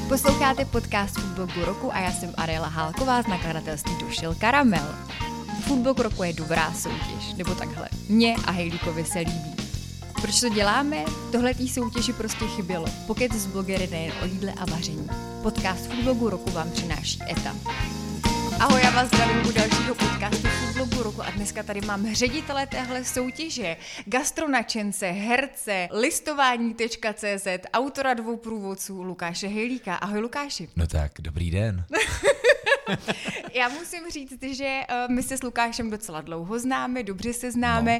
Posloucháte podcast Foodblogu roku a já jsem Adéla Hálková z nakladatelství Dušil Karamel. Foodblog roku je dobrá soutěž, nebo takhle. Mně a Hejlíkovi se líbí. Proč to děláme? Tohletý soutěži prostě chybělo. Pokec s blogery nejen o jídle a vaření. Podcast Foodblogu roku vám přináší ETA. Ahoj, já vás zdravím u dalšího podcastu Foodblogu roku a dneska tady mám ředitele téhle soutěže, gastronačence, herce, listování.cz, autora 2 průvodců Lukáše Hejlíka. Ahoj Lukáši. No tak, dobrý den. Já musím říct, že my se s Lukášem docela dlouho známe, dobře se známe,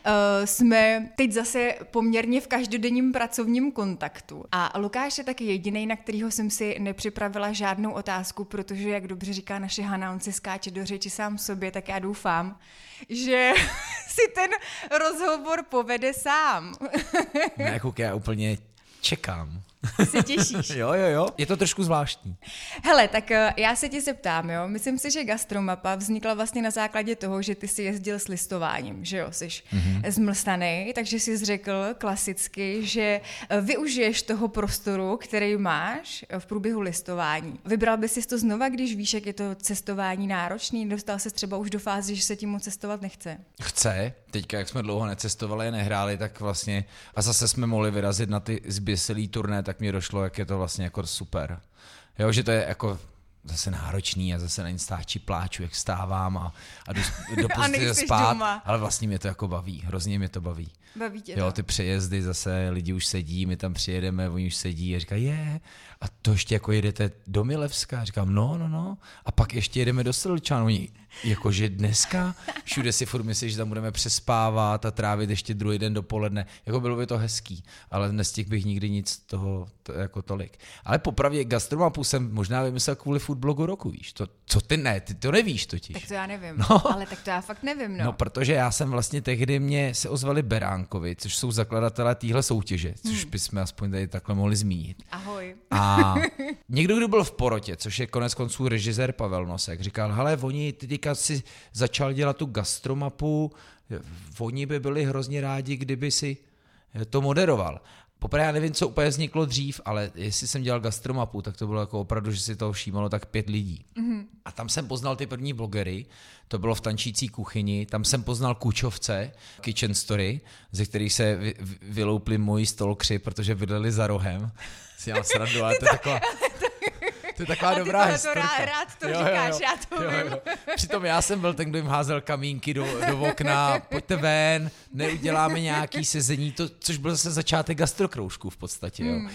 jsme teď zase poměrně v každodenním pracovním kontaktu. A Lukáš je taky jedinej, na kterýho jsem si nepřipravila žádnou otázku, protože, jak dobře říká naše Hana, on si skáče do řeči sám sobě, tak já doufám, že si ten rozhovor povede sám. Ne, já úplně čekám. Se těšíš? Jo. Je to trošku zvláštní. Hele, tak já se tě zeptám, jo. Myslím si, že Gastromapa vznikla vlastně na základě toho, že ty jsi jezdil s listováním, že jo, jsi zmlstanej, takže jsi řekl klasicky, že využiješ toho prostoru, který máš v průběhu listování. Vybral bys si to znova, když víš, jak je to cestování náročný? Dostal se třeba už do fáze, že se tím moc cestovat nechce? Chce. Teďka, jak jsme dlouho necestovali, nehráli, tak vlastně a zase jsme mohli vyrazit na ty zběsilý turné, tak mi došlo, jak je to vlastně jako super. Jo, že to je jako zase náročný a zase na Instači pláču, jak vstávám a jdu do postele spát, doma. Ale vlastně mě to jako baví, hrozně mě to baví. Baví tě jo, to? Ty přejezdy zase, lidi už sedí, my tam přijedeme, oni už sedí a říkají, a to ještě jako jedete do Milevska, a říkám, no, a pak ještě jedeme do Sedlčan, oni, jakože dneska, všude si furt myslí, že tam budeme přespávat a trávit ještě druhý den dopoledne, jako bylo by to hezký, ale nestihl bych nikdy nic toho jako tolik. Ale popravdě Gastromapu jsem možná vymyslel kvůli Foodblogu roku, víš, ty to nevíš totiž. Tak to já nevím, ale tak to já fakt nevím, No, protože já jsem vlastně tehdy, mě se ozvali Beránkovi, což jsou zakladatelé téhle soutěže, což bychom aspoň tady takhle mohli zmínit. Ahoj. A někdo, kdo byl v porotě, což je konec konců režisér Pavel Nosek, říkal, hele, oni teďka si začal dělat tu Gastromapu, oni by byli hrozně rádi, kdyby si to moderoval. Poprvé já nevím, co úplně vzniklo dřív, ale jestli jsem dělal Gastromapu, tak to bylo jako opravdu, že si toho všímalo tak 5 lidí. Mm-hmm. A tam jsem poznal ty první blogery, to bylo v Tančící kuchyni, tam jsem poznal Kučovce, Kitchen Story, ze kterých se vyloupli moji stolkři, protože bydleli za rohem. Si dělám srandu, ale to je taková... To je taková dobrá historka. Rád to říkáš, já to vím. Přitom já jsem byl ten, kdo jim házel kamínky do okna, pojďte ven, neuděláme nějaký sezení, což byl zase začátek gastrokroužků v podstatě. Jo.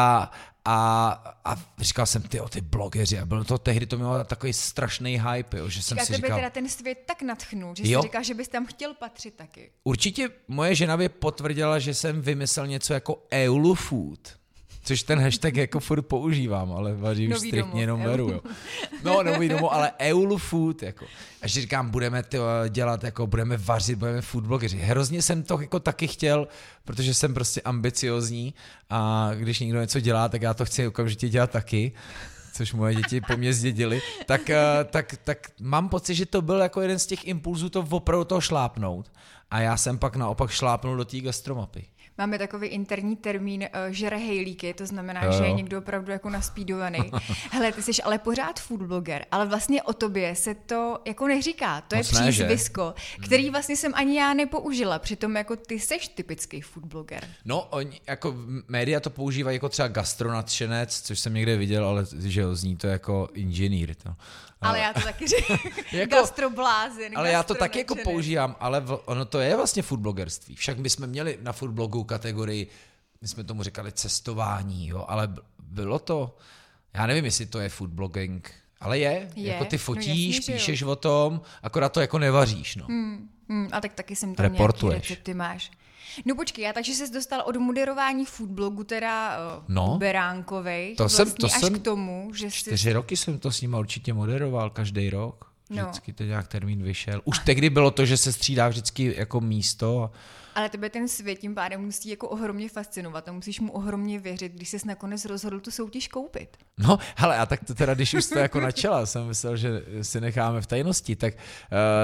A říkal jsem, ty blogeři, a bylo to tehdy, to mělo takový strašný hype, jo, že jsem si říkal... teda ten svět tak nadchnul, že jsi říkal, že bys tam chtěl patřit taky. Určitě moje žena by potvrdila, že jsem vymyslel něco jako Eulu Food. Což ten hashtag jako furt používám, ale vařím striktně jenom veru, jo. No, nový domov, ale Eulu Food, jako. Až říkám, budeme dělat, jako budeme vařit, budeme foodblogeři. Hrozně jsem to jako taky chtěl, protože jsem prostě ambiciozní a když někdo něco dělá, tak já to chci okamžitě dělat taky, což moje děti po mně zdědili, tak mám pocit, že to byl jako jeden z těch impulzů to opravdu toho šlápnout. A já jsem pak naopak šlápnul do té gastromapy. Máme takový interní termín žere hejlíky, to znamená, že je někdo opravdu jako naspídovaný. Hele, ty jsi ale pořád foodbloger, ale vlastně o tobě se to jako neříká. To je přízvisko, který vlastně jsem ani já nepoužila. Přitom jako ty seš typický foodbloger. No, oni jako média to používají jako třeba gastronadšenec, což jsem někde viděl, ale že jo, zní to jako inženýr. To. Ale já to taky říkám, jako, gastroblázen. Ale já to taky jako používám, ale ono to je vlastně foodblogerství. Však my jsme měli na foodblogu kategorii, my jsme tomu říkali cestování, jo, ale bylo to, já nevím, jestli to je foodblogging, ale je. Jako ty fotíš, jasný, píšeš o tom, akorát to jako nevaříš, no. A tak taky jsem tam nějaký recepty máš. No počkej, já takže jsi dostal od moderování foodblogu teda Beránkovej, to vlastně jsem k tomu, že 4 roky jsem to s ním určitě moderoval, každý rok. Vždycky to nějak termín vyšel. Už tehdy bylo to, že se střídá vždycky jako místo. Ale tebe ten svět tím pádem musí jako ohromně fascinovat a musíš mu ohromně věřit, když ses nakonec rozhodl tu soutěž koupit. No, hele, a tak to teda, když už to jako načala, jsem myslel, že si necháme v tajnosti, tak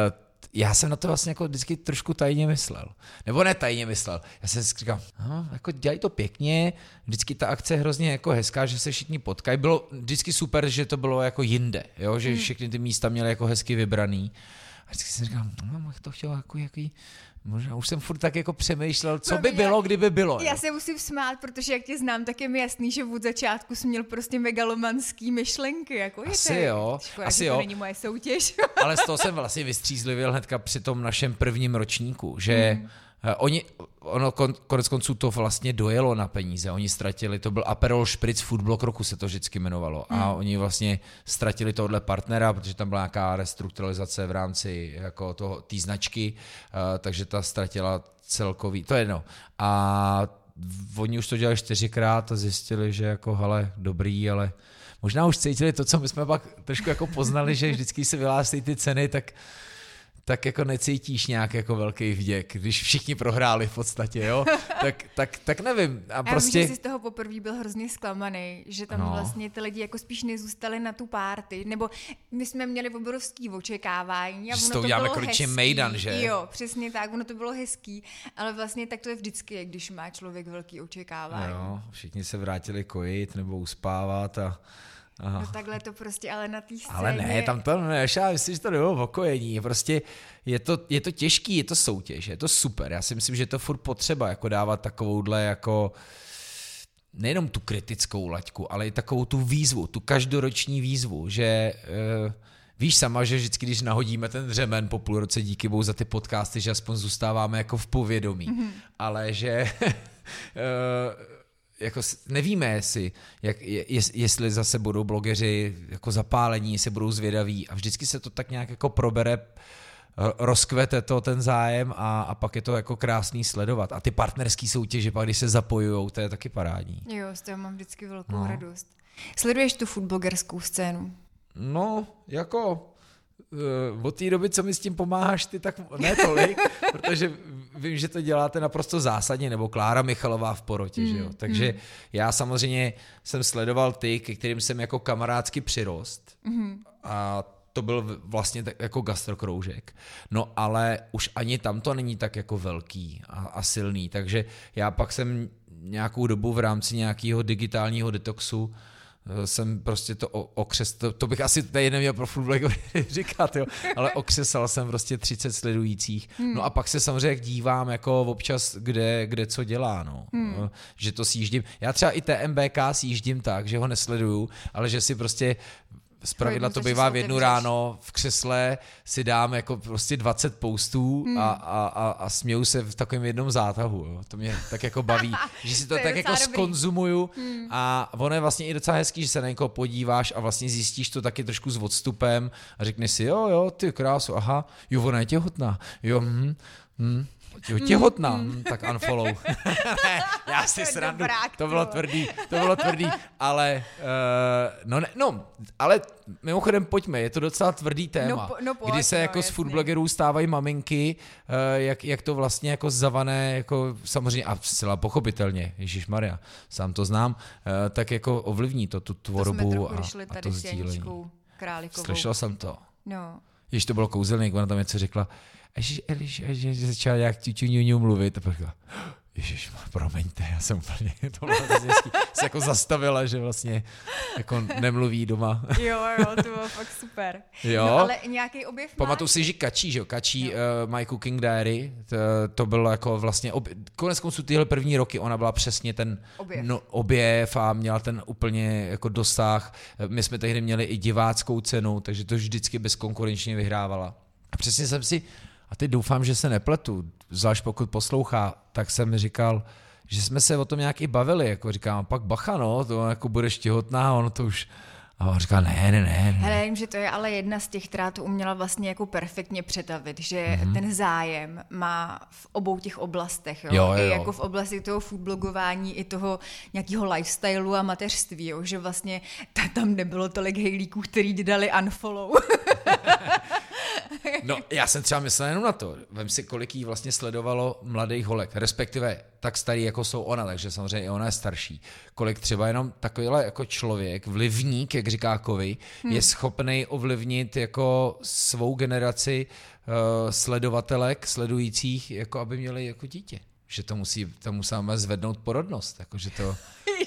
já jsem na to vlastně jako vždycky trošku tajně myslel. Nebo ne tajně myslel. Já jsem si říkal, jako dělají to pěkně, vždycky ta akce je hrozně jako hezká, že se všichni potkají. Bylo vždycky super, že to bylo jako jinde, jo? Že všechny ty místa měly jako hezky vybraný. A vždycky jsem říkal, bych to chtěl jaký možná už jsem furt tak jako přemýšlel, co by bylo, kdyby bylo. Já se musím smát, protože jak tě znám, tak je mi jasný, že od začátku jsi měl prostě megalomanský myšlenky. Jako asi jo. Škoda, že to není moje soutěž. Ale z toho jsem vlastně vystřízlivěl hnedka při tom našem prvním ročníku, že konec konců to vlastně dojelo na peníze. Oni ztratili, to byl Aperol Spritz Foodblok roku se to vždycky jmenovalo. A oni vlastně ztratili tohle partnera, protože tam byla nějaká restrukturalizace v rámci jako té značky, takže ta ztratila celkový, to je jedno. A oni už to dělali 4krát a zjistili, že jako hele, dobrý, ale možná už cítili to, co my jsme pak trošku jako poznali, že vždycky se vyhlásí ty ceny, tak jako necítíš nějak jako velký vděk, když všichni prohráli v podstatě, jo? tak nevím. A prostě... Já vím, že jsi z toho poprvé byl hrozně zklamaný, že tam vlastně ty lidi jako spíš nezůstali na tu party, nebo my jsme měli obrovský očekávání a ono to bylo hezký. Mejdan, že? Jo, přesně tak, ono to bylo hezký, ale vlastně tak to je vždycky, když má člověk velký očekávání. Jo, všichni se vrátili kojit nebo uspávat a aha. No takhle to prostě, ale na té scéně... Ale ne, tam to než já myslím, že to nebylo okojení, prostě je to těžký, je to soutěž, je to super, já si myslím, že je to furt potřeba jako dávat takovouhle jako nejenom tu kritickou laťku, ale i takovou tu výzvu, tu každoroční výzvu, že víš sama, že vždycky, když nahodíme ten dřemen po půl roce díky bohu za ty podcasty, že aspoň zůstáváme jako v povědomí, ale že... jako nevíme jestli zase budou blogeři jako zapálení, jestli budou zvědaví a vždycky se to tak nějak jako probere, rozkvete to ten zájem a pak je to jako krásný sledovat. A ty partnerský soutěže, pak když se zapojujou, to je taky parádní. Jo, z toho mám vždycky velkou radost. Sleduješ tu foodblogerskou scénu? No, jako... od té doby, co mi s tím pomáháš ty, tak ne tolik, protože vím, že to děláte naprosto zásadně, nebo Klára Michalová v porotě, že jo. Takže já samozřejmě jsem sledoval ty, ke kterým jsem jako kamarádsky přirost a to byl vlastně jako gastrokroužek. No ale už ani tam to není tak jako velký a silný, takže já pak jsem nějakou dobu v rámci nějakého digitálního detoxu jsem prostě to to bych asi tady neměl pro foodblogery říkat, jo, ale okřesal jsem prostě 30 sledujících. No a pak se samozřejmě dívám jako občas, kde co dělá, no. Že to sjíždím. Já třeba i TMBK sjíždím tak, že ho nesleduju, ale že si prostě zpravidla to bývá v 1 ráno v křesle, si dám jako prostě 20 postů a směju se v takovém jednom zátahu. Jo. To mě tak jako baví, že si to tak jako zkonzumuju a ono je vlastně i docela hezký, že se na někoho podíváš a vlastně zjistíš to taky trošku s odstupem a řekneš si, jo, ty krásu, aha, jo, ona je těhotná, jo, těhotná, tak unfollow. Ne, já si srandu, to bylo tvrdý, ale ale mimochodem pojďme, je to docela tvrdý téma, kdy se jako z foodblogerů stávají maminky, jak to vlastně jako zavané, jako samozřejmě a zcela pochopitelně, ježišmarja, sám to znám, tak jako ovlivní to tu tvorbu a to sdílení. Slyšel jsem to. No. Když to bylo kouzelný, jak ona tam něco řekla, že začala nějak ťuťuňuňu mluvit a pak říkala, ježiš, promiňte, já jsem úplně, to bylo hezký, se jako zastavila, že vlastně jako nemluví doma. Jo, to bylo fakt super. Jo. No, ale nějaký objev máš? Pamatuju si, že Kačí, že jo, Kačí My Cooking Diary, to bylo jako vlastně, konec konců tyhle první roky, ona byla přesně ten objev a měla ten úplně jako dosah. My jsme tehdy měli i diváckou cenu, takže to vždycky bezkonkurenčně vyhrávala. A přesně jsem si, a teď doufám, že se nepletu, zvlášť pokud poslouchá, tak jsem říkal, že jsme se o tom nějak i bavili, jako říkám, pak bacha, no, to jako budeš těhotná, ono to už... A on říkal, ne. Hele, vím, že to je ale jedna z těch, která to uměla vlastně jako perfektně přetavit, že ten zájem má v obou těch oblastech, jo? I jako v oblasti toho foodblogování, i toho nějakého lifestylu a mateřství, jo? Že vlastně tam nebylo tolik hejlíků, který dali unfollow. No, já jsem třeba myslel jenom na to. Vem si, kolik jí vlastně sledovalo mladých holek, respektive tak starý, jako jsou ona, takže samozřejmě i ona je starší. Kolik třeba jenom takovýhle jako člověk, vlivník, jak říká Kovy, je schopný ovlivnit jako svou generaci sledovatelek, sledujících, jako aby měli jako dítě. Že to musíme zvednout porodnost, jakože to...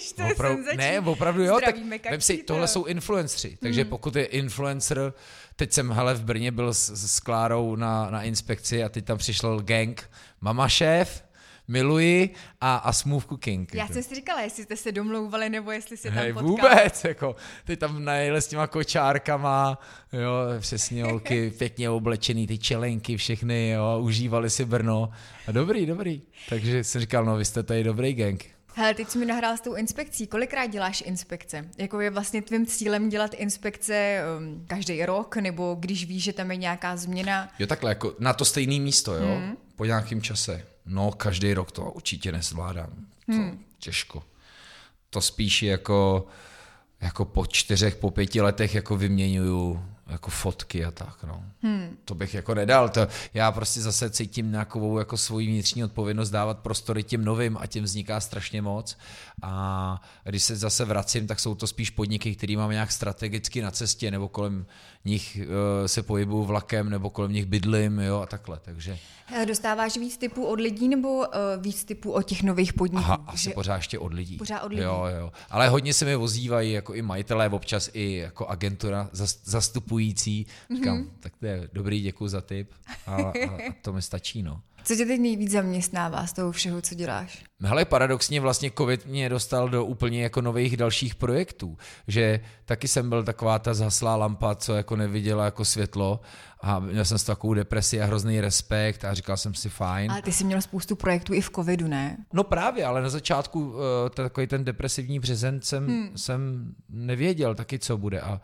opravdu jo, tak vem si, tohle jsou influenceri, takže pokud je influencer, teď jsem v Brně byl s Klárou na inspekci a teď tam přišel gang, mama šéf, miluji a Smooth Cooking. Já jsem si říkala, jestli jste se domlouvali, nebo jestli se tam potkali. Vůbec, jako, ty tam najeli s těma kočárkama, jo, přesně holky, pěkně oblečený, ty čelenky všechny, jo, užívali si Brno. A dobrý, takže jsem říkal, no vy jste tady dobrý gang. Hele, teď jsi mi nahrál s tou inspekcí. Kolikrát děláš inspekce? Jako je vlastně tvým cílem dělat inspekce každý rok, nebo když víš, že tam je nějaká změna? Jo, takhle, jako na to stejné místo, jo, po nějakém čase. No, každý rok to určitě nezvládám. To těžko. To spíš jako po 4, po 5 letech jako vyměňuju jako fotky a tak, no. To bych jako nedal. Já prostě zase cítím nějakou jako svoji vnitřní odpovědnost dávat prostory těm novým a těm vzniká strašně moc. A když se zase vracím, tak jsou to spíš podniky, které mám nějak strategicky na cestě, nebo kolem nich se pohybuju vlakem, nebo kolem nich bydlím, jo, a takhle, takže... Dostáváš víc typů od lidí, nebo víc typů od těch nových podniků? Aha, asi pořád ještě od lidí. Pořád od lidí. Jo. Ale hodně se mi ozývají jako i majitelé, občas i jako agentura zastupující. Říkám, tak to je dobrý, děkuji za tip a to mi stačí, no. Co tě teď nejvíc zaměstnává z toho všeho, co děláš? Hele, paradoxně vlastně covid mě dostal do úplně jako nových dalších projektů, že taky jsem byl taková ta zhaslá lampa, co jako neviděla jako světlo a měl jsem s takovou depresi a hrozný respekt a říkal jsem si fajn. Ale ty jsi měl spoustu projektů i v covidu, ne? No právě, ale na začátku takový ten depresivní březen jsem nevěděl taky, co bude a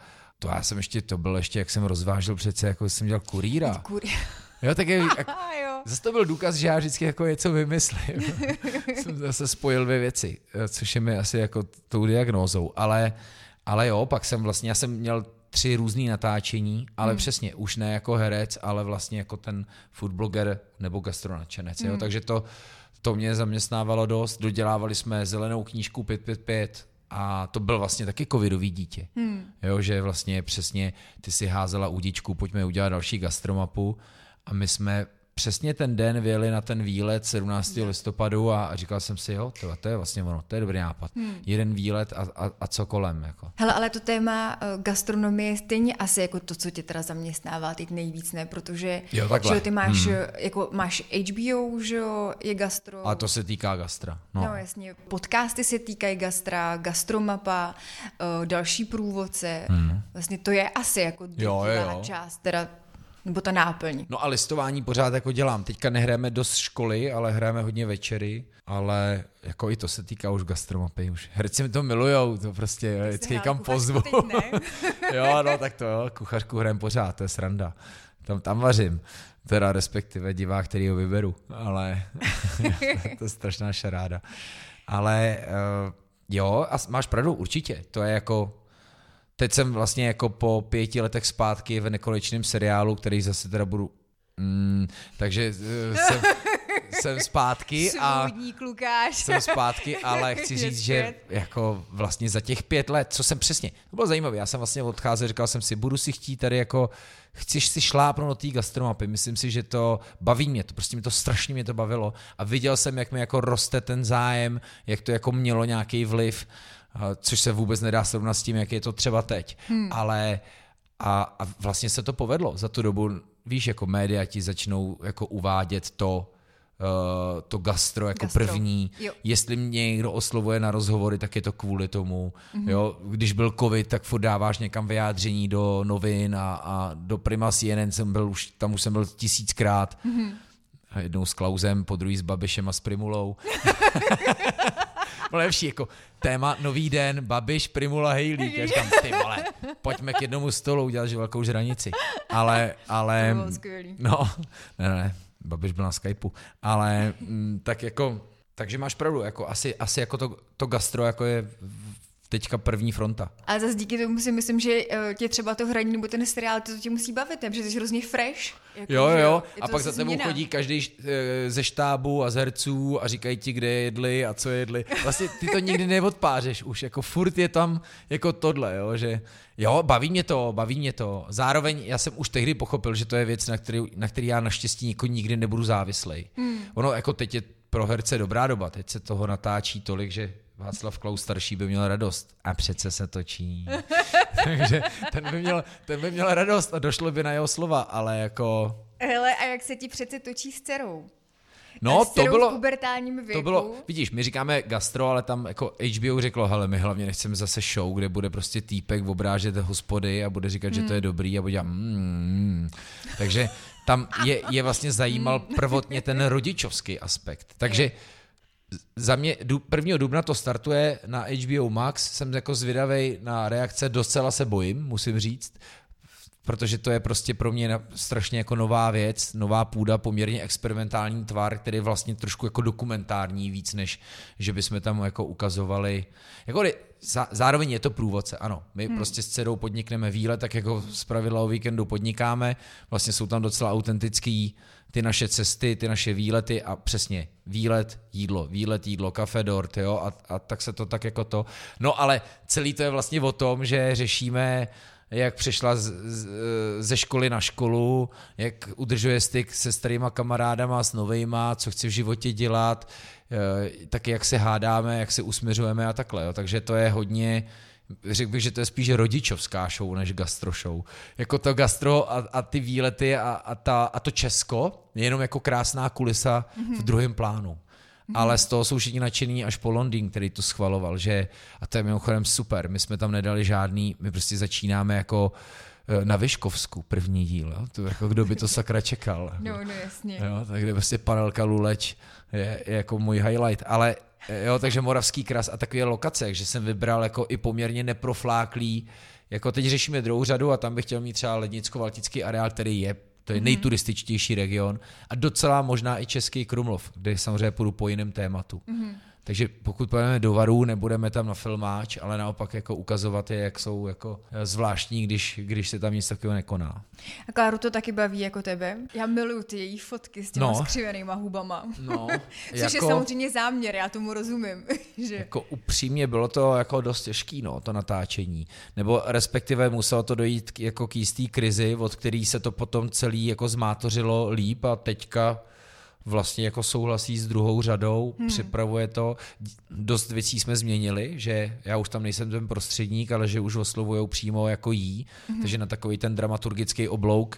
to byl ještě, jak jsem rozvážel přece, jako jsem dělal kurýra. Jo, tak zase to byl důkaz, že já vždycky jako něco vymyslím. Jsem zase spojil 2 věci, což je mi asi jako tou diagnózou. Ale jo, pak já jsem měl 3 různý natáčení, ale přesně, už ne jako herec, ale vlastně jako ten foodbloger nebo gastronačenec. Jo? Takže to mě zaměstnávalo dost. Dodělávali jsme zelenou knížku 555, a to byl vlastně taky covidový dítě. Jo, že vlastně přesně ty si házela údičku, pojďme udělat další gastromapu. A my jsme přesně ten den vyjeli na ten výlet 17. listopadu a říkal jsem si, jo, to je vlastně ono, to je dobrý nápad. Jeden výlet a co kolem. Jako. Hele, ale to téma gastronomie je stejně asi jako to, co tě teda zaměstnává teď nejvíc, ne? Protože že ty máš, jako máš HBO, že jo, je gastro. A to se týká gastra. No jasně, podcasty se týkají gastra, gastromapa, další průvodce. Vlastně to je asi jako drtivá část, teda nebo ta náplň. No a listování pořád jako dělám. Teďka nehrajeme dost školy, ale hrajeme hodně večery, ale jako i to se týká už gastromapy. Už herci mi to milujou, to prostě vždycky kam pozvu. Jo, no tak to jo, kuchařku hrajem pořád, to je sranda. Tam vařím, teda respektive divák, který ho vyberu, ale to je strašná šaráda. Ale jo, a máš pravdu, určitě, to je jako... Teď jsem vlastně jako po 5 letech zpátky v nekonečném seriálu, který zase teda budu... takže jsem zpátky a... Jsem zpátky, ale chci říct, že jako vlastně za těch 5 let, co jsem přesně... To bylo zajímavé, já jsem vlastně odcházel, říkal jsem si, budu si chtít tady jako... Chceš si šlápnout do té gastromapy, myslím si, že to baví mě, to prostě strašně mě to bavilo a viděl jsem, jak mi jako roste ten zájem, jak to jako mělo nějaký vliv, což se vůbec nedá srovnat s tím, jak je to třeba teď. Ale a vlastně se to povedlo za tu dobu, víš, jako média ti začnou jako uvádět to gastro jako první. Jo. Jestli mě někdo oslovuje na rozhovory, tak je to kvůli tomu. Jo? Když byl covid, tak furt dáváš někam vyjádření do novin a do Prima CNN tam už jsem byl 1000krát. Jednou s Klausem, po druhý s Babišem a s Primulou. Lepší, jako téma Nový den, Babiš, Primula, Hejlík. Já říkám, ty vole, pojďme k jednomu stolu udělat velkou žranici. Ale to bylo skvělý. No, ne, Babiš byl na Skypeu. Takže máš pravdu, jako asi jako to gastro jako je v teďka první fronta. Ale zase díky tomu si myslím, že tě třeba to hraní nebo ten seriál, to tě musí bavit, ne? Protože jsi hrozně fresh. Jako, Jo. A pak za tebou chodí každý ze štábu a z herců a říkají ti, kde jedli a co jedli. Vlastně ty to nikdy neodpářeš už, jako furt je tam jako tohle, jo, že jo, baví mě to. Zároveň já jsem už tehdy pochopil, že to je věc, na který já naštěstí nikdy nebudu závislej. Ono jako teď je pro herce dobrá doba, teď se toho natáčí tolik, že Václav Klaus starší by měl radost. A přece se točí. Takže ten by měl radost a došlo by na jeho slova, ale jako... Hele, a jak se ti přece točí s dcerou? No, to bylo v pubertálním věku. To bylo, vidíš, my říkáme gastro, ale tam jako HBO řeklo, hele, my hlavně nechceme zase show, kde bude prostě týpek obrážet hospody a bude říkat, že to je dobrý a bude dělat Takže tam je vlastně zajímal prvotně ten rodičovský aspekt. Takže za mě 1. dubna to startuje na HBO Max, jsem jako zvědavej na reakce, docela se bojím, musím říct, protože to je prostě pro mě strašně jako nová věc, nová půda, poměrně experimentální tvar, který je vlastně trošku jako dokumentární víc, než že bychom tam jako ukazovali. Jako zároveň je to průvodce, ano. My prostě s dcerou podnikneme výlet, tak jako zpravidla o víkendu podnikáme, vlastně jsou tam docela autentický ty naše cesty, ty naše výlety a přesně výlet, jídlo, kafe, dort, jo, a tak se to tak jako to. No ale celý to je vlastně o tom, že řešíme, jak přešla ze školy na školu, jak udržuje styk se starýma kamarádama, s novejma, co chce v životě dělat, taky jak se hádáme, jak se usměřujeme a takhle. Jo. Takže to je hodně, řekl bych, že to je spíš rodičovská show než gastro show. Jako to gastro a ty výlety a to Česko je jenom jako krásná kulisa v druhém plánu. Ale z toho jsou všichni nadšení až po Londýn, který to schvaloval, že, a to je mimochodem super, my jsme tam nedali žádný, my prostě začínáme jako na Vyškovsku první díl, jo? To jako kdo by to sakra čekal. No jasně. Jo, takže prostě panelka Luleč je jako můj highlight, ale jo, takže Moravský kras a takové lokace, že jsem vybral jako i poměrně neprofláklý, jako teď řešíme druhou řadu a tam bych chtěl mít třeba Lednicko-Valtický areál, který je to je nejturističtější region a docela možná i Český Krumlov, kde samozřejmě půjdu po jiném tématu. Takže pokud pojedeme do Varů, nebudeme tam na filmáč, ale naopak jako ukazovat je, jak jsou jako zvláštní, když se tam nic takového nekoná. A Kláru to taky baví jako tebe? Já miluju ty její fotky s těma skřivenýma hubama. No, což je samozřejmě záměr, já tomu rozumím. Že... Jako upřímně bylo to jako dost těžký, no, to natáčení. Nebo respektive muselo to dojít jako k jistý krizi, od který se to potom celý jako zmátořilo líp a teďka vlastně jako souhlasí s druhou řadou, připravuje to. Dost věcí jsme změnili, že já už tam nejsem ten prostředník, ale že už oslovujou přímo jako jí, takže na takový ten dramaturgický oblouk,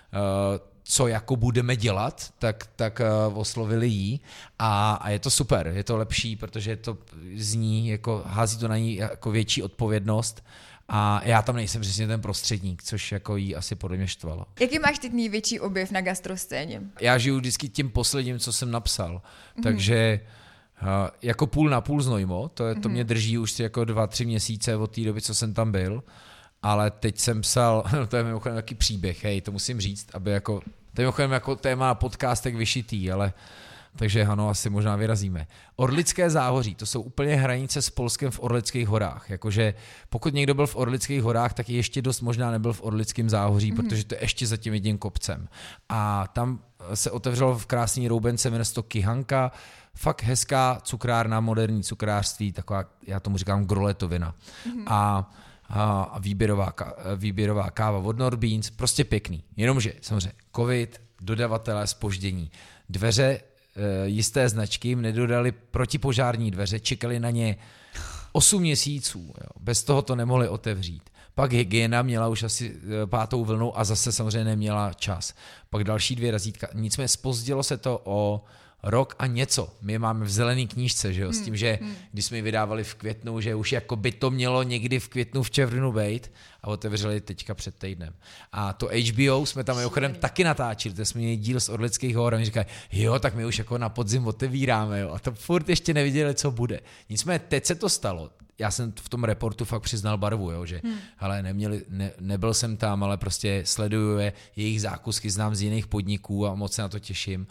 co jako budeme dělat, tak oslovili jí a je to super, je to lepší, protože to zní, jako hází to na ní jako větší odpovědnost. A já tam nejsem přesně ten prostředník, což jako jí asi podle mě štvalo. Jaký máš teď největší objev na gastroscéně? Já žiju vždycky tím posledním, co jsem napsal. Takže jako půl na půl Znojmo, to mě drží už jako 2-3 měsíce od té doby, co jsem tam byl. Ale teď jsem psal, to je mimochodem takový příběh, hej, to musím říct, aby jako, to je mimochodem jako téma podcastek vyšitý, ale takže ano, asi možná vyrazíme. Orlické záhoří, to jsou úplně hranice s Polskem v Orlických horách. Jakože pokud někdo byl v Orlických horách, tak ještě dost možná nebyl v Orlickém záhoří, protože to je ještě za tím jedním kopcem. A tam se otevřelo v krásný roubence město Kyhanka, fakt hezká cukrárna, moderní cukrářství, taková, já tomu říkám groletovina. A výběrová káva od Norbeans, prostě pěkný. Jenomže samozřejmě covid, dodavatelé, zpoždění, dveře jisté značky jim nedodali protipožární dveře, čekali na ně 8 měsíců, jo. Bez toho to nemohli otevřít. Pak hygiena měla už asi 5. vlnu a zase samozřejmě neměla čas. Pak další 2 razítka, nicméně zpozdilo se to o rok a něco. My je máme v zelený knížce, že jo, s tím, že když jsme ji vydávali v květnu, že už jako by to mělo někdy v květnu, v červnu být a otevřeli teďka před týdnem. A to HBO jsme tam mimochodem taky natáčeli, to jsme měli díl z Orlických hor a mi říkají, jo, tak my už jako na podzim otevíráme, jo, a to furt ještě neviděli, co bude. Nicméně teď se to stalo. Já jsem v tom reportu fakt přiznal barvu, jo, že hele, nebyl jsem tam, ale prostě sleduju jejich zákusky, znám z jiných podniků a moc se na to těším.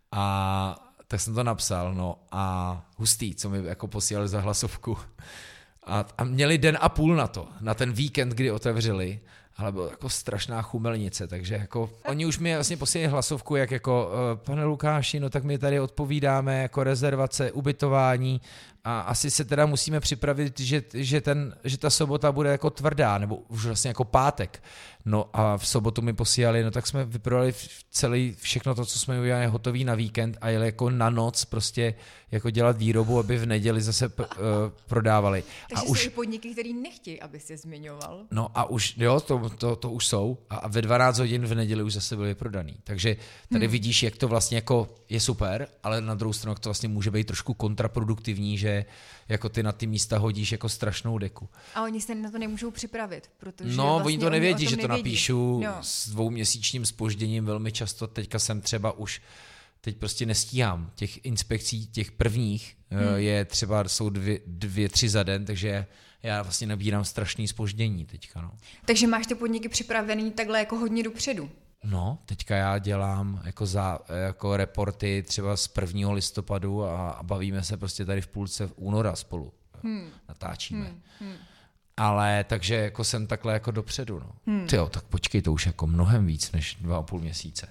A tak jsem to napsal, no a hustý, co mi jako posílali za hlasovku. A měli den a půl na to, na ten víkend, kdy otevřeli, ale byla jako strašná chumelnice, takže jako oni už mi vlastně posílali hlasovku, jak jako pane Lukáši, no tak my tady odpovídáme jako rezervace, ubytování a asi se teda musíme připravit, že ta sobota bude jako tvrdá, nebo už vlastně jako pátek. No a v sobotu mi posílali, no tak jsme vyprodali všechno to, co jsme udělali hotový na víkend a jeli jako na noc prostě jako dělat výrobu, aby v neděli zase prodávali. Takže jsou i podniky, který nechtějí, aby se zmiňoval. No a už, jo, to už jsou a ve 12 hodin v neděli už zase byly prodaný. Takže tady vidíš, jak to vlastně jako je super, ale na druhou stranu to vlastně může být trošku kontraproduktivní, že jako ty na ty místa hodíš jako strašnou deku. A oni se na to nemůžou připravit, protože no, vlastně oni to nevědí, že to nevědí. Napíšu s 2měsíčním zpožděním velmi často. Teďka jsem třeba už, teď prostě nestíhám. Těch inspekcí, těch prvních je třeba, jsou 2-3 za den, takže já vlastně nabírám strašný zpoždění teďka. No. Takže máš ty podniky připravený takhle jako hodně dopředu? No, teďka já dělám jako reporty třeba z 1. listopadu a bavíme se prostě tady v půlce února spolu. Natáčíme. Ale takže jako jsem takhle jako dopředu. No. Tyjo, tak počkej, to už jako mnohem víc než 2,5 měsíce.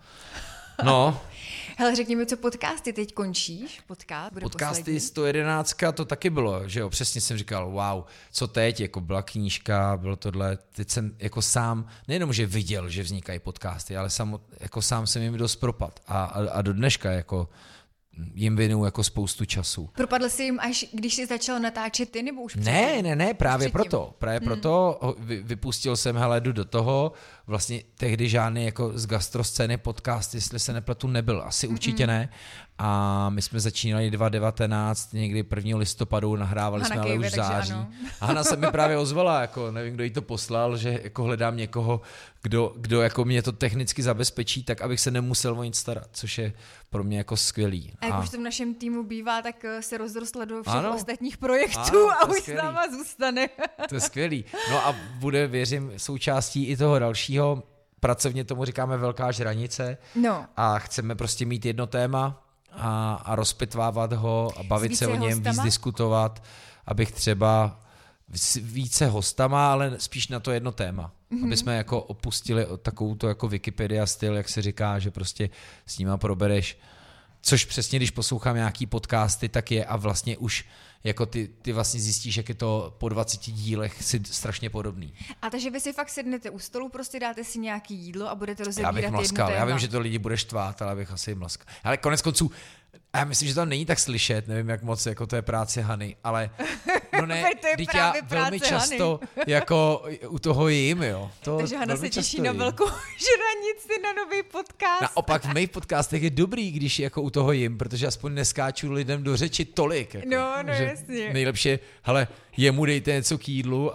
No. Hele, řekni mi, co podcasty teď končíš? Podcasty poslední? 111 to taky bylo, že jo, přesně jsem říkal, wow, co teď, jako byla knížka, bylo tohle, teď jsem jako sám, nejenom, že viděl, že vznikají podcasty, ale sám jsem jim dost propad a do dneška jako jim věnuju jako spoustu času. Propadl jsi jim až když jsi začal natáčet ty, nebo už Ne, právě proto vypustil jsem, hele, jdu do toho, vlastně tehdy žádný jako z gastroscény podcast, jestli se nepletu, nebyl, asi určitě ne. A my jsme začínali 2019, někdy 1. listopadu, nahrávali jsme ale už v září. A Hana se mi právě ozvala, jako nevím, kdo jí to poslal, že jako hledám někoho, kdo jako mě to technicky zabezpečí, tak abych se nemusel o nic starat, což je pro mě jako skvělý. A jak už to v našem týmu bývá, tak se rozrostlo do všech ostatních projektů a už s náma zůstane. To je skvělý. No a bude, věřím, součástí i toho dalšího, pracovně tomu říkáme velká žranice. No. A chceme prostě mít jedno téma a rozpitvávat ho a bavit se o něm, víc diskutovat, abych třeba více hostama, ale spíš na to jedno téma. Aby jsme jako opustili takovou to jako Wikipedia styl, jak se říká, že prostě s nima probereš, což přesně, když poslouchám nějaký podcasty, tak je a vlastně už jako ty vlastně zjistíš, jak je to po 20 dílech si strašně podobný. A takže vy si fakt sednete u stolu, prostě dáte si nějaký jídlo a budete rozebírat jedno téma. Já bych mlaskal, já vím, že to lidi bude štvát, ale bych asi mlaskal. Ale konec konců, já myslím, že to není tak slyšet, nevím, jak moc jako to je práce Hany, ale no ne, teď já velmi často jako u toho jim, jo. Takže Hana se těší na velkou žranici, na nový podcast. Naopak v mých podcastech je dobrý, když jako u toho jim, protože aspoň neskáču lidem do řeči tolik. Jako, no jasně. Nejlepší je, hele, jemu dejte něco k jídlu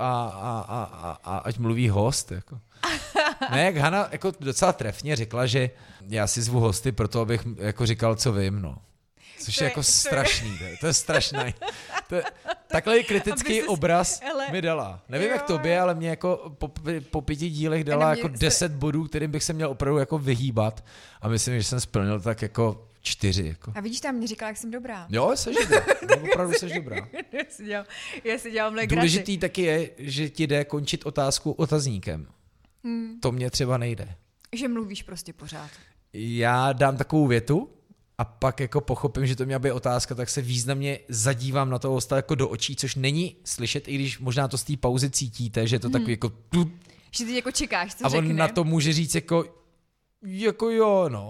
a ať mluví host, jako. Ne, jak Hana jako docela trefně řekla, že já si zvu hosty proto, abych jako říkal, co vím, no. Což je jako strašný, to je strašný. Takhle kritický obraz mi dala. Nevím, jak tobě, ale mě jako po 5 dílech dala jako 10 bodů, kterým bych se měl opravdu jako vyhýbat. A myslím, že jsem splnil tak jako 4. Jako. A vidíš, tam mě říkala, jak jsem dobrá. Jo, jsi dobrá. Opravdu jsi dobrá. Já si dělám legraci. Důležitý taky je, že ti jde končit otázku otazníkem. To mě třeba nejde. Že mluvíš prostě pořád. Já dám takovou větu, a pak jako pochopím, že to měla být otázka, tak se významně zadívám na toho hosta jako do očí, což není slyšet, i když možná to z té pauzy cítíte, že to takový jako... Že ty jako čekáš, co a on řekne. na to může říct jako jo, no.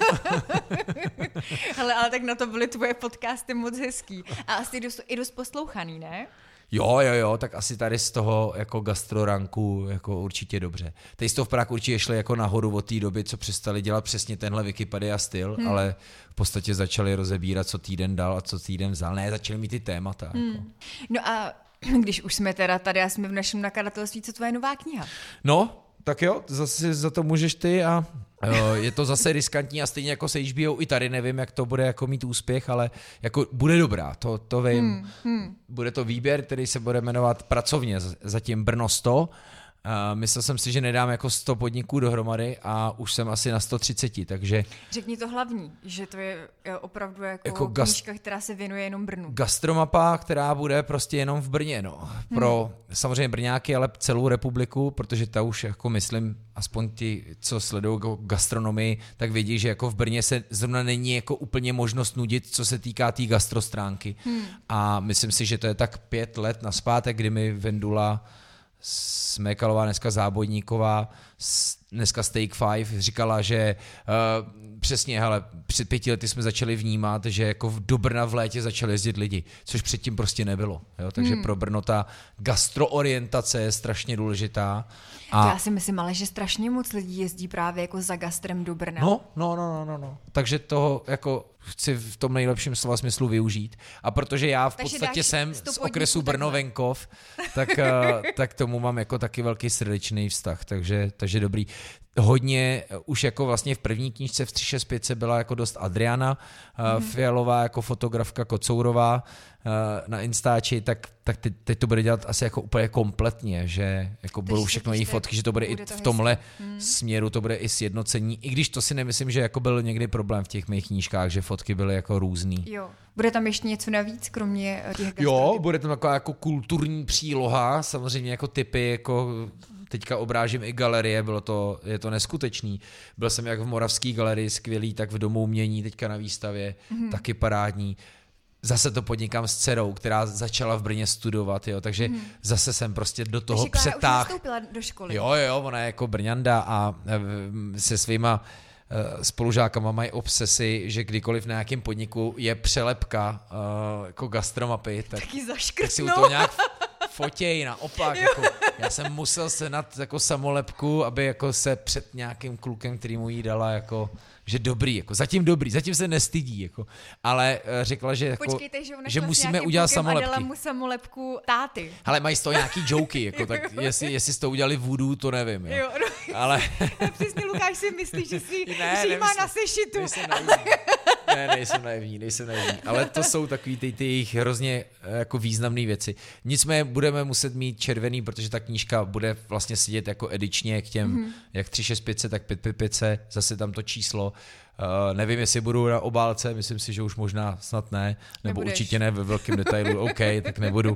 Hele, ale tak na to byly tvoje podcasty moc hezký. A asi i dost poslouchaný, ne? Jo, tak asi tady z toho jako gastroranku jako určitě dobře. Tady z toho v Prahu určitě šli jako nahoru od té doby, co přestali dělat přesně tenhle Wikipedia styl, ale v podstatě začali rozebírat, co týden dal a co týden vzal. Ne, začali mít ty témata. Jako. No a když už jsme teda tady a jsme v našem nakladatelství, co tvoje nová kniha? No, tak jo, zase za to můžeš ty a je to zase riskantní a stejně jako se HBO i tady nevím, jak to bude jako mít úspěch, ale jako bude dobrá, to vím. Bude to výběr, který se bude jmenovat pracovně zatím Brno 100 Myslel jsem si, že nedám jako 100 podniků dohromady a už jsem asi na 130, takže... Řekni to hlavní, že to je opravdu jako knížka, která se věnuje jenom Brnu. Gastromapa, která bude prostě jenom v Brně, no. Pro samozřejmě Brňáky, ale celou republiku, protože ta už jako myslím, aspoň ti, co sledují gastronomii, tak vědí, že jako v Brně se zrovna není jako úplně možnost nudit, co se týká té gastrostránky. A myslím si, že to je tak 5 let nazpátek, kdy mi Vendula Smékalová, dneska Zábojníková, dneska Steak 5, říkala, že přesně, hele, před 5 lety jsme začali vnímat, že jako do Brna v létě začali jezdit lidi, což předtím prostě nebylo. Jo? Takže pro Brno ta gastroorientace je strašně důležitá. Já si myslím, ale že strašně moc lidí jezdí právě jako za gastrem do Brna. No. Takže toho jako chci v tom nejlepším slova smyslu využít. A protože já v podstatě jsem z okresu Brno-Venkov, tak tomu mám jako taky velký srdečný vztah. Takže dobrý. Hodně, už jako vlastně v první knížce v 365 byla jako dost Adriana Fialová, jako fotografka Kocourová na Instači, tak teď to bude dělat asi jako úplně kompletně, že jako budou všechno její fotky, že to bude i v tomhle směru, to bude i sjednocení, i když to si nemyslím, že jako byl někdy problém v těch mých knížkách, že fotky byly jako různý. Jo. Bude tam ještě něco navíc, kromě těch gastrotypů? Jo, bude tam taková jako kulturní příloha, samozřejmě jako typy, jako teďka obrážím i galerie, je to neskutečný. Byl jsem jak v Moravské galerii skvělý, tak v Domu umění teďka na výstavě, taky parádní. Zase to podnikám s dcerou, která začala v Brně studovat, jo, takže zase jsem prostě do toho přetáhl. Klára už nastoupila do školy. Jo, ona je jako Brňanda a se svýma spolužákama mají obsesy, že kdykoliv na nějakém podniku je přelepka jako gastromapy, tak si u toho nějak fotěj, naopak. Jako, já jsem musel senat jako samolepku, aby jako se před nějakým klukem, který mu jí dala, jako, že dobrý, zatím se nestydí, jako, ale řekla, že, jako, počkejte, že musíme udělat samolepky. A dala mu samolepku táty. Ale mají z toho nějaký joky, jako, tak jestli z toho udělali voodoo, to nevím. Jo. Ale... Přesně Lukáš si myslí, že si má na sešitu. Nejsem naivní, ale to jsou takový ty jejich hrozně jako významné věci. Nicméně budeme muset mít červený, protože ta knížka bude vlastně sedět jako edičně k těm, jak 365, tak 555, zase tam to číslo. Nevím, jestli budu na obálce, myslím si, že už možná snad ne, nebo nebudeš. Určitě ne ve velkém detailu, OK, tak nebudu.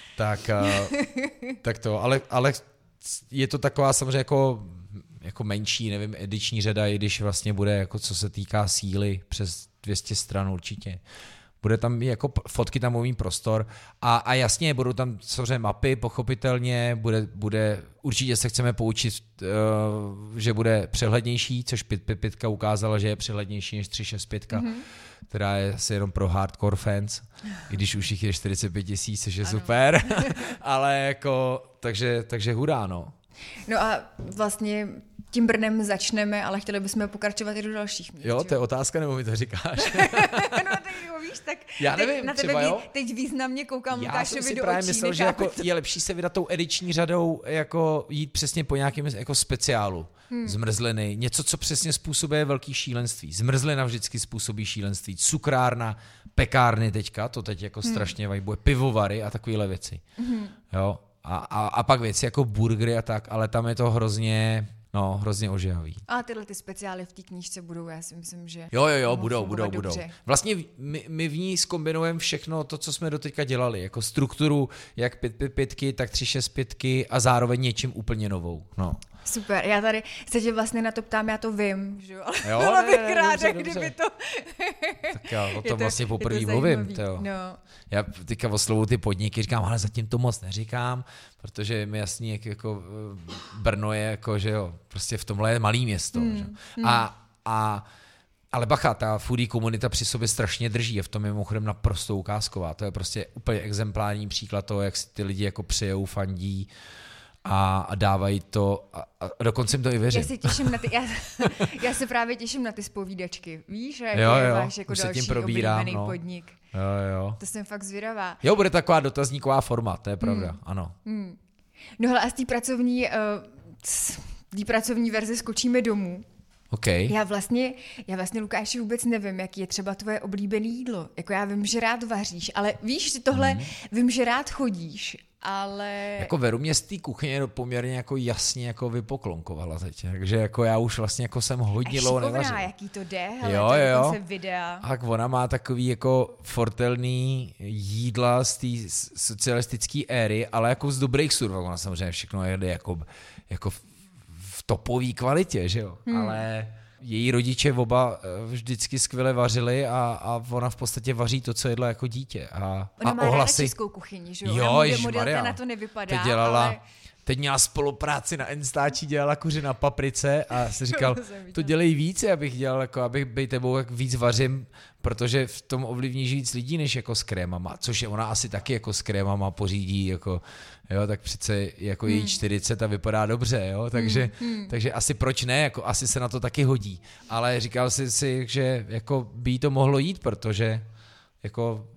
Tak to, ale je to taková samozřejmě jako menší, nevím, ediční řada, i když vlastně bude, jako co se týká síly, přes 200 stran určitě. Bude tam jako fotky, tam mluví prostor a jasně, budou tam samozřejmě mapy, pochopitelně, bude určitě se chceme poučit, že bude přehlednější, což 555 ukázala, že je přehlednější než 365, která je asi jenom pro hardcore fans, i když už jich je 45 000, což je super, ale jako, takže hurá, no. No a vlastně tím Brnem začneme, ale chtěli bychom pokračovat i do dalších míst. Jo, to je otázka, nebo mi to říkáš? No tak víš, tak já nevím, na tebe teď významně koukám Lukášovi do očí. Já jsem si právě myslel, že jako je lepší se vydat tou ediční řadou, jako jít přesně po nějakém jako speciálu. Zmrzliny, něco, co přesně způsobuje velký šílenství. Zmrzlina vždycky způsobí šílenství. Cukrárna, pekárny teďka, to teď jako strašně vajbuje, pivovary a takovéhle věci. Jo. A pak věci jako burgery a tak, ale tam je to hrozně ožehavý. A tyhle ty speciály v té knížce budou, já si myslím, že... Jo, budou. Vlastně my v ní zkombinujeme všechno to, co jsme doteďka dělali, jako strukturu jak 555, tak 365 a zároveň něčím úplně novou. No. Super, já tady se tě vlastně na to ptám, já to vím, že jo, ale jo, byla bych ráda, dobře. kdyby to... Tak já o tom vlastně poprvé mluvím. No. Já teďka oslovuju ty podniky, říkám, ale zatím to moc neříkám, protože mi jasný, jako Brno je, jako, že jo, prostě v tomhle je malý město. Ale bacha, ta foodie komunita při sobě strašně drží a v tom je mimochodem naprosto ukázková. To je prostě úplně exemplární příklad toho, jak si ty lidi jako přijou, fandí a dávají to a dokonce jim to i věří. Já se právě těším na ty zpovídačky. Víš, jak máš jako další oblíbený podnik. Jo. To jsem fakt zvědavá. Jo, bude taková dotazníková forma, to je pravda, ano. No hele, a z té pracovní verze skočíme domů. Okay. Já vlastně, Lukáši, vůbec nevím, jaký je třeba tvoje oblíbené jídlo. Jako já vím, že rád vaříš, ale víš, že tohle vím, že rád chodíš, ale... Jako Veru mě z té kuchyně poměrně jako jasně jako vypoklonkovala teď, takže jako já už vlastně jako jsem hodně dlouho nevařil. Jaký to jde, hele, jo. Se videa. A ona má takový jako fortelný jídla z té socialistické éry, ale jako z dobrých surov, ona samozřejmě všechno jede jako v topové kvalitě, že jo, ale... Její rodiče oba vždycky skvěle vařili a ona v podstatě vaří to, co jedla jako dítě. Ona má ohlasy... ráda českou kuchyni, že jo? Modelka na to nevypadá, ale... Teď měla spolupráci na Instači, dělala kuře na paprice a si říkal, to dělej víc, abych dělal, jako abych bej tebou jak víc vařím, protože v tom ovlivníš víc lidí, než jako s krémama, což je ona asi taky jako s krémama pořídí, jako, jo, tak přece jako její 40 a vypadá dobře, jo, takže asi proč ne, jako asi se na to taky hodí, ale říkal si, že jako by to mohlo jít, protože jako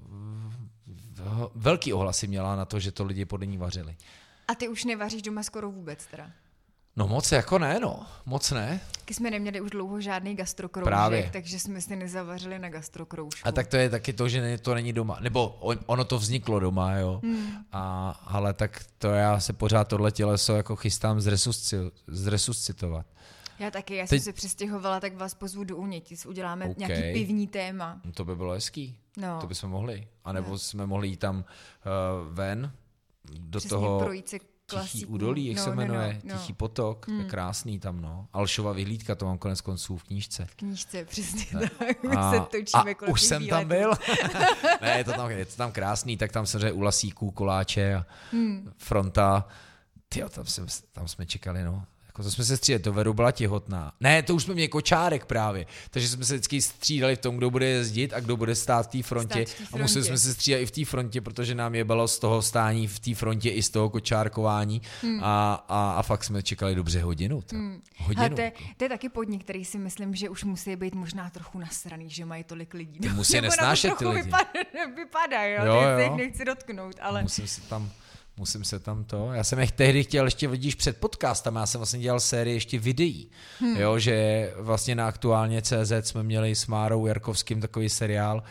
velký ohlasy měla na to, že to lidi podle ní vařili. A ty už nevaříš doma skoro vůbec teda? No moc jako ne, moc ne. Taky jsme neměli už dlouho žádný gastrokroužek, takže jsme si nezavařili na gastrokroužku. A tak to je taky to, že to není doma, nebo ono to vzniklo doma, jo. Ale tak to já se pořád tohle těleso jako chystám zresuscitovat. Já taky, jsem se přestěhovala, tak vás pozvu do Unětic, uděláme nějaký pivní téma. To by bylo hezký, no. To bychom mohli. A nebo jsme mohli jít tam ven, do přesně toho Tichý údolí, jak se jmenuje, Tichý potok, to je krásný tam, no. Alšova vyhlídka, to mám konec konců v knížce. V knížce, přesně tak. My se točíme kolem už jsem tam byl. Ne, je to tam krásný, tak tam samozřejmě u Lasíků, koláče a fronta. Tyjo, tam jsme čekali, no. To jsme se střídali, to Veru byla těhotná. Ne, to už jsme měli kočárek právě. Takže jsme se vždycky střídali v tom, kdo bude jezdit a kdo bude stát v té frontě. A museli jsme se střídat i v té frontě, protože nám jebalo z toho stání v té frontě i z toho kočárkování. A fakt jsme čekali dobře hodinu. Hodinu. To je taky podnik, který si myslím, že už musí být možná trochu nasraný, že mají tolik lidí. To musí nesnášet ty lidi. Vypadá, jo. Teď se jich nechci dotknout, ale... Musím se tam to. Já jsem tehdy chtěl ještě, vidíš, před podcastem, já jsem vlastně dělal sérii ještě videí, jo, že vlastně na Aktuálně CZ jsme měli s Márou Jarkovským takový seriál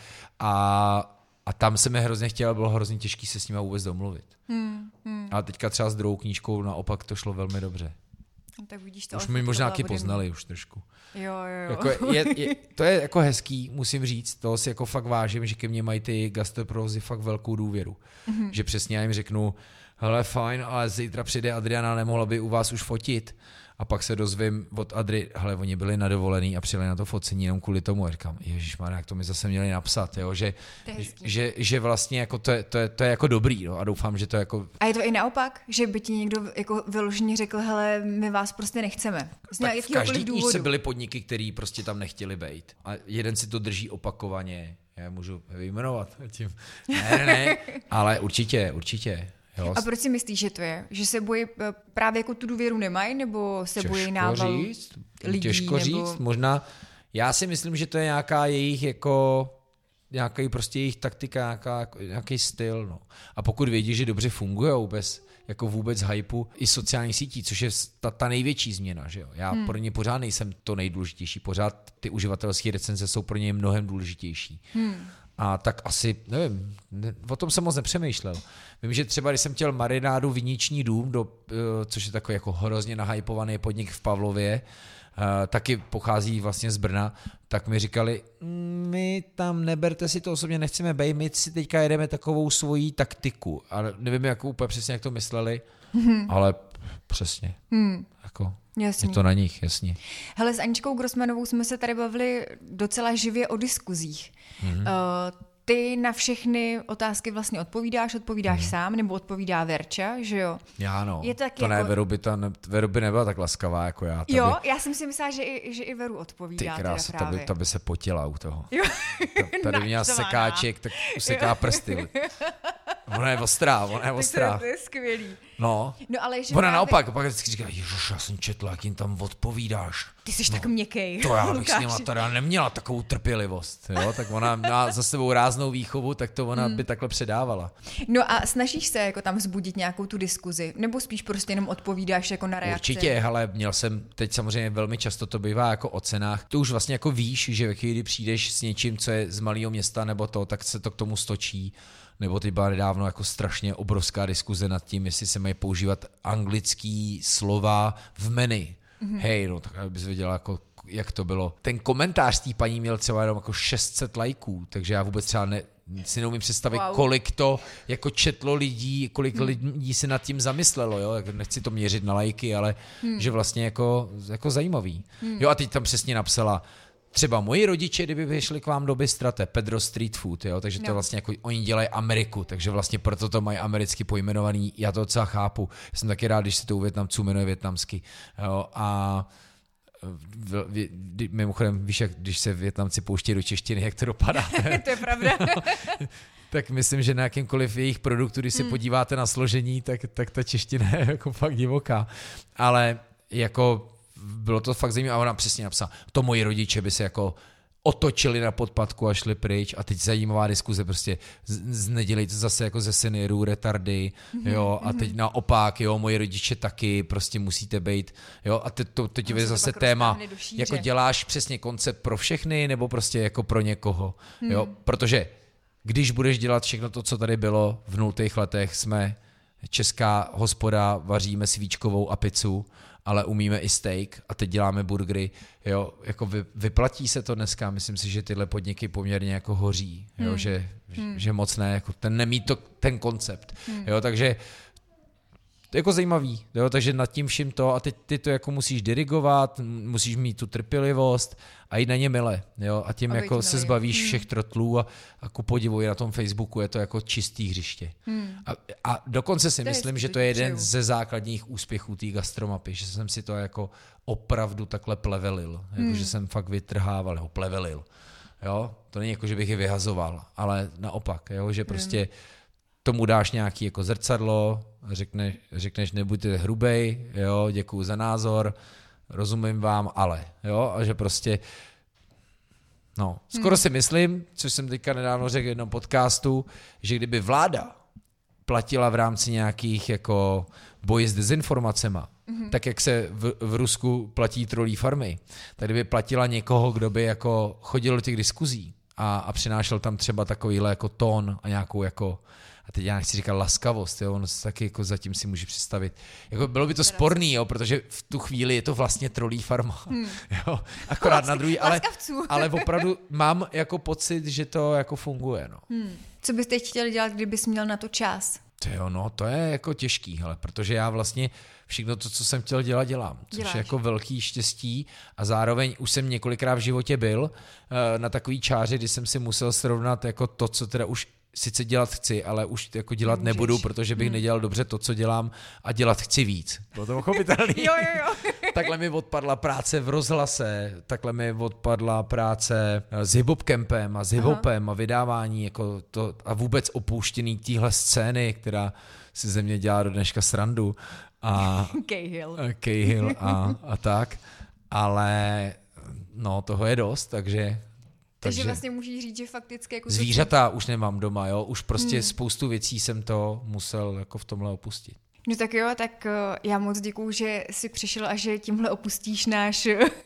a tam se mi hrozně chtělo, bylo hrozně těžký se s nimi vůbec domluvit. A teďka třeba s druhou knížkou naopak to šlo velmi dobře. Tak vidíš, to už mi možná taky poznali už trošku. Jo. Jako to je jako hezký, musím říct, toho si jako fakt vážím, že ke mně mají ty gastroprózy fakt velkou důvěru. Že přesně já jim řeknu, hele fajn, ale zítra přijde Adriana, nemohla by u vás už fotit. A pak se dozvím od Adry, hele, oni byli na dovolený a přijeli na to focení jenom kvůli tomu. A říkám, ježišmarja, jak to mi zase měli napsat, jo? Že vlastně jako to je jako dobrý, no? A doufám, že to jako... A je to i naopak, že by ti někdo jako vyloženě řekl, hele, my vás prostě nechceme. Tak v každý knížce byly podniky, který prostě tam nechtěli bejt. A jeden si to drží opakovaně. Já můžu vyjmenovat tím. Ne, ale určitě. Jo. A proč si myslíš, že to je? Že se bojí, právě jako tu důvěru nemají, nebo se bojí návalu lidí? Těžko říct, možná. Já si myslím, že to je nějaká jejich jako, nějaký prostě jejich taktika, nějaký styl. No. A pokud vědí, že dobře fungují vůbec hypeu i sociálních sítí, což je ta největší změna. Že jo? Já pro ně pořád nejsem to nejdůležitější. Pořád ty uživatelské recenze jsou pro ně mnohem důležitější. A tak asi, nevím, o tom jsem moc nepřemýšlel. Vím, že třeba, když jsem chtěl marinádu Viniční dům, což je takový jako hrozně nahypovaný podnik v Pavlově, taky pochází vlastně z Brna, tak mi říkali, my tam neberte si to osobně, nechceme bejt, my si teďka jedeme takovou svoji taktiku. A nevím, jak úplně přesně, jak to mysleli, ale přesně. Jako, je to na nich, jasně. Hele, s Aničkou Grossmanovou jsme se tady bavili docela živě o diskuzích. Ty na všechny otázky vlastně odpovídáš sám, nebo odpovídá Verča, že jo? Já no, je to jako... ne, Veru by nebyla tak laskavá jako já. Jo, já jsem si myslela, že i Veru odpovídá. Ty krásu, ta by se potila u toho. Tady měla sekáček, tak useká prsty. Ona je ostrá. To je skvělý. No, ale že ona naopak, pak vždycky říká, ježiš, já jsem četla, jak jim tam odpovídáš. Ty jsi tak měkkej. To já bych s nima teda neměla takovou trpělivost, jo? Tak ona má za sebou ráznou výchovu, tak to ona by takhle předávala. No a snažíš se jako tam vzbudit nějakou tu diskuzi, nebo spíš prostě jenom odpovídáš jako na reakci? Určitě, ale měl jsem teď samozřejmě velmi často to bývá jako o cenách. To už vlastně jako víš, že když přijdeš s něčím, co je z malého města nebo to, tak se to k tomu stočí. Nebo ty byla nedávno jako strašně obrovská diskuze nad tím, jestli se mají používat anglický slova v menu. Hej, no tak abys věděla, jako, jak to bylo. Ten komentář té paní měl třeba jenom jako 600 lajků, takže já vůbec třeba si neumím představit, kolik to jako četlo lidí, kolik lidí se nad tím zamyslelo, jo? Nechci to měřit na lajky, ale že vlastně jako zajímavý. Jo, a teď tam přesně napsala, třeba moji rodiče, kdyby vyšli k vám do bystra, to je Pedro Street Food, jo? Takže to vlastně jako oni dělají Ameriku, takže vlastně proto to mají americky pojmenovaný, já to docela chápu. Já jsem taky rád, když se to u Vietnamců jmenuje vietnamsky. Jo? A mimochodem, víš, jak když se Vietnamci pouští do češtiny, jak to dopadá. To je pravda. Tak myslím, že na jakýmkoliv jejich produktu, když se podíváte na složení, tak ta čeština je jako fakt divoká. Ale jako bylo to fakt zajímavé a ona přesně napsala, to moji rodiče by se jako otočili na podpatku a šli pryč a teď zajímavá diskuze, prostě nedělejte zase jako ze seniorů retardy, jo, a teď naopak, jo, moji rodiče taky, prostě musíte být, jo, a teď je zase téma, jako děláš přesně koncept pro všechny, nebo prostě jako pro někoho, jo, protože když budeš dělat všechno to, co tady bylo v 0. letech, jsme česká hospoda, vaříme svíčkovou a pizzu, ale umíme i steak a teď děláme burgery, jo, jako vyplatí se to dneska, myslím si, že tyhle podniky poměrně jako hoří, jo, že moc ne, jako nemí to ten koncept, jo, takže jako zajímavý, jo, takže nad tím vším to a teď ty to jako musíš dirigovat, musíš mít tu trpělivost a jít na ně mile, jo, a tím jako se zbavíš všech trotlů a ku podivu na tom Facebooku je to jako čistý hřiště. A dokonce si myslím, že to je jeden ze základních úspěchů té gastromapy, že jsem si to jako opravdu takhle plevelil, jako že jsem fakt vytrhával, nebo plevelil, jo, to není jako, že bych je vyhazoval, ale naopak, jo, že prostě tomu dáš nějaký jako zrcadlo, řekneš nebuďte hrubej, jo, děkuju za názor, rozumím vám, ale, jo, a že prostě, no, skoro si myslím, což jsem teďka nedávno řekl v jednom podcastu, že kdyby vláda platila v rámci nějakých jako boji s dezinformacema, tak jak se v Rusku platí trolí farmy, tak kdyby platila někoho, kdo by jako chodil do těch diskuzí a přinášel tam třeba takovýhle jako tón a nějakou jako, a teď já nechci říkat laskavost, jo, ono taky jako zatím si můžu představit. Jako bylo by to sporný, jo, protože v tu chvíli je to vlastně trolí farma. Jo, akorát na druhý, ale opravdu mám jako pocit, že to jako funguje. No. Co bys teď chtěl dělat, kdybys měl na to čas? To je jako těžký, hele, protože já vlastně všechno to, co jsem chtěl dělat, dělám. Což je jako velký štěstí a zároveň už jsem několikrát v životě byl na takový čáře, kdy jsem si musel srovnat jako to, co teda už sice dělat chci, ale už jako dělat nebudu, protože bych nedělal dobře to, co dělám a dělat chci víc. Bylo to pochopitelný. Jo. Takhle mi odpadla práce v rozhlase, takhle mi odpadla práce s hip-hop-campem a s hip-hopem a vydávání jako to, a vůbec opouštěný téhle scény, která si ze mě dělá do dneška srandu. A Cahill a tak. Ale no, toho je dost, takže vlastně můžeš říct, že fakticky jako zvířata už nemám doma, jo, už prostě spoustu věcí jsem to musel jako v tomhle opustit. No tak jo, tak já moc děkuju, že jsi přišel a že tímhle opustíš náš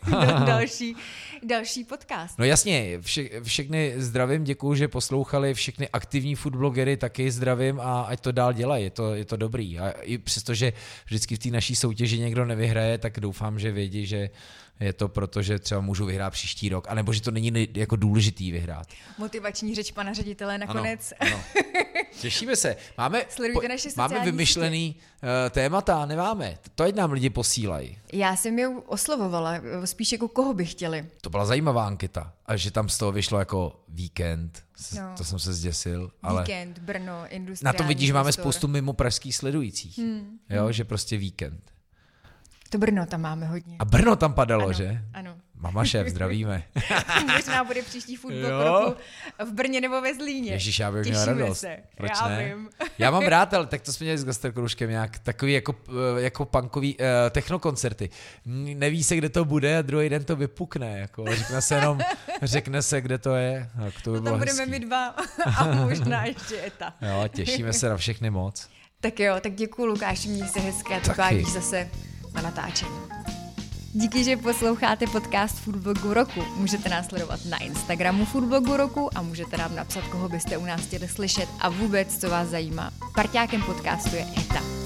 další podcast. No jasně, všechny zdravím, děkuju, že poslouchali, všechny aktivní foodblogery taky zdravím a ať to dál dělají, je to dobrý. A i přestože vždycky v té naší soutěži někdo nevyhraje, tak doufám, že vědí, že je to proto, že třeba můžu vyhrát příští rok, anebo že to není jako důležitý vyhrát. Motivační řeč pana ředitele nakonec. Ano. Těšíme se. Máme vymyšlený témata, nemáme. To ať nám lidi posílají. Já jsem je oslovovala, spíš jako koho by chtěli. To byla zajímavá anketa. A že tam z toho vyšlo jako víkend. To jsem se zděsil. Ale víkend, Brno, industriální. Na tom vidíš, že máme spoustu mimo pražských sledujících. Jo, že prostě víkend. To Brno tam máme hodně. A Brno tam padalo, ano, že? Ano. Mama šéf, zdravíme. Možná bude příští Football roku v Brně nebo ve Zlíně. Ježíš, já bych měl radost. Se. Proč já ne? Vím. Já mám rád, ale tak to jsme měli s Gastrokružkem nějak takový jako punkový technokoncerty. Neví se, kde to bude a druhý den to vypukne. Jako. Řekne se, kde to je. Tak to by bylo tam budeme hezký. my dva a možná ještě Eta. Jo, těšíme se na všechny moc. Tak jo, tak děkuju Lukáši, měj se hezky a vypádíš zase na natáčení. Díky, že posloucháte podcast Foodblogu roku. Můžete nás sledovat na Instagramu Foodblogu roku a můžete nám napsat, koho byste u nás chtěli slyšet a vůbec, co vás zajímá. Parťákem podcastu je Eta.